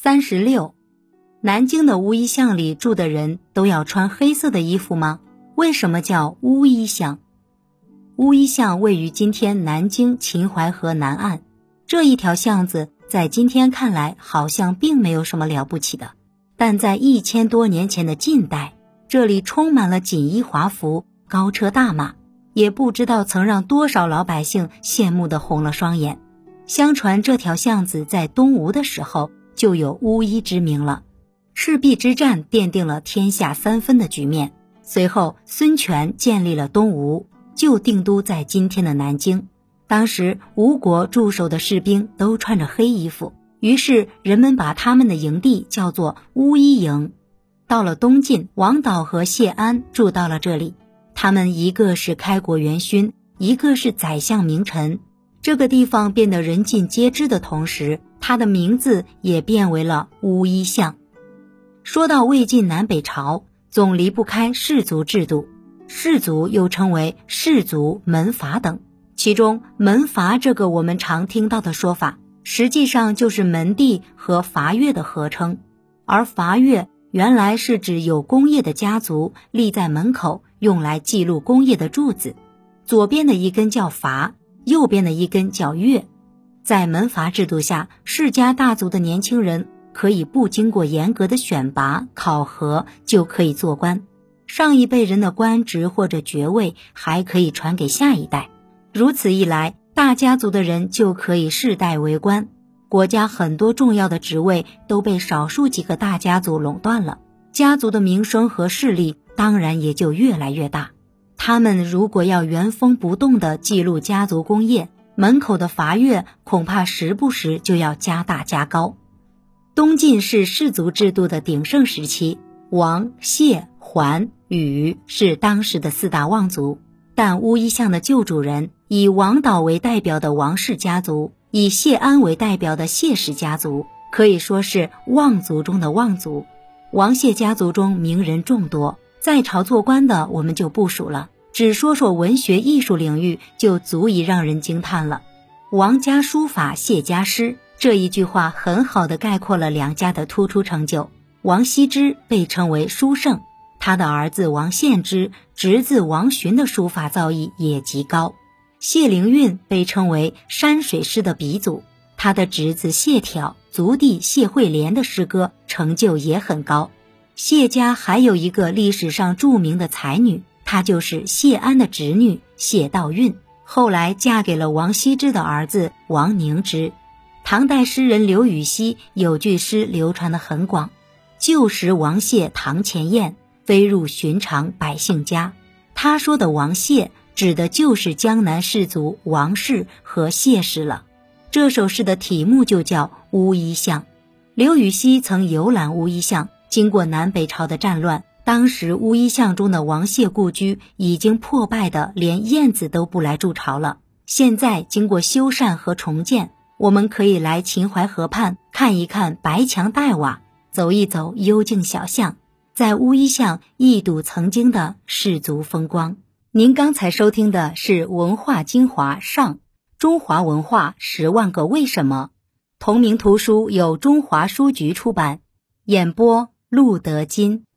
36. 南京的乌衣巷里住的人都要穿黑色的衣服吗？为什么叫乌衣巷？乌衣巷位于今天南京秦淮河南岸，这一条巷子在今天看来好像并没有什么了不起的，但在1000多年前的近代，这里充满了锦衣华服、高车大马，也不知道曾让多少老百姓羡慕得红了双眼。相传这条巷子在东吴的时候就有乌衣之名了。赤壁之战奠定了天下三分的局面，随后孙权建立了东吴，就定都在今天的南京。当时吴国驻守的士兵都穿着黑衣服，于是人们把他们的营地叫做乌衣营。到了东晋，王导和谢安住到了这里，他们一个是开国元勋，一个是宰相名臣。这个地方变得人尽皆知的同时，它的名字也变为了乌衣巷。说到魏晋南北朝，总离不开氏族制度，氏族又称为氏族、门阀等，其中门阀这个我们常听到的说法，实际上就是门第和阀岳的合称。而阀岳原来是指有工业的家族立在门口，用来记录工业的柱子，左边的一根叫阀，右边的一根叫岳。在门阀制度下，世家大族的年轻人可以不经过严格的选拔考核就可以做官，上一辈人的官职或者爵位还可以传给下一代，如此一来，大家族的人就可以世代为官，国家很多重要的职位都被少数几个大家族垄断了，家族的名声和势力当然也就越来越大。他们如果要原封不动地记录家族功业，门口的阀岳恐怕时不时就要加大加高。东晋是氏族制度的鼎盛时期，王、谢、桓、宇是当时的4大望族，但乌衣巷的旧主人以王导为代表的王氏家族，以谢安为代表的谢氏家族，可以说是望族中的望族。王谢家族中名人众多，在朝做官的我们就不数了，只说说文学艺术领域就足以让人惊叹了。王家书法，谢家诗，这一句话很好地概括了两家的突出成就。王羲之被称为书圣，他的儿子王献之、侄子王洵的书法造诣也极高。谢灵运被称为山水诗的鼻祖，他的侄子谢朓、族弟谢惠莲的诗歌成就也很高。谢家还有一个历史上著名的才女，她就是谢安的侄女谢道韫，后来嫁给了王羲之的儿子王凝之。唐代诗人刘禹锡有句诗流传得很广，旧时王谢堂前燕，飞入寻常百姓家。他说的王谢指的就是江南氏族王氏和谢氏了。这首诗的题目就叫乌衣巷。刘禹锡曾游览乌衣巷，经过南北朝的战乱，当时乌衣巷中的王谢故居已经破败的连燕子都不来筑巢了。现在经过修缮和重建，我们可以来秦淮河畔看一看白墙黛瓦，走一走幽静小巷，在乌衣巷一睹曾经的氏族风光。您刚才收听的是文化精华上，中华文化10万个为什么，同名图书由中华书局出版，演播陆德金。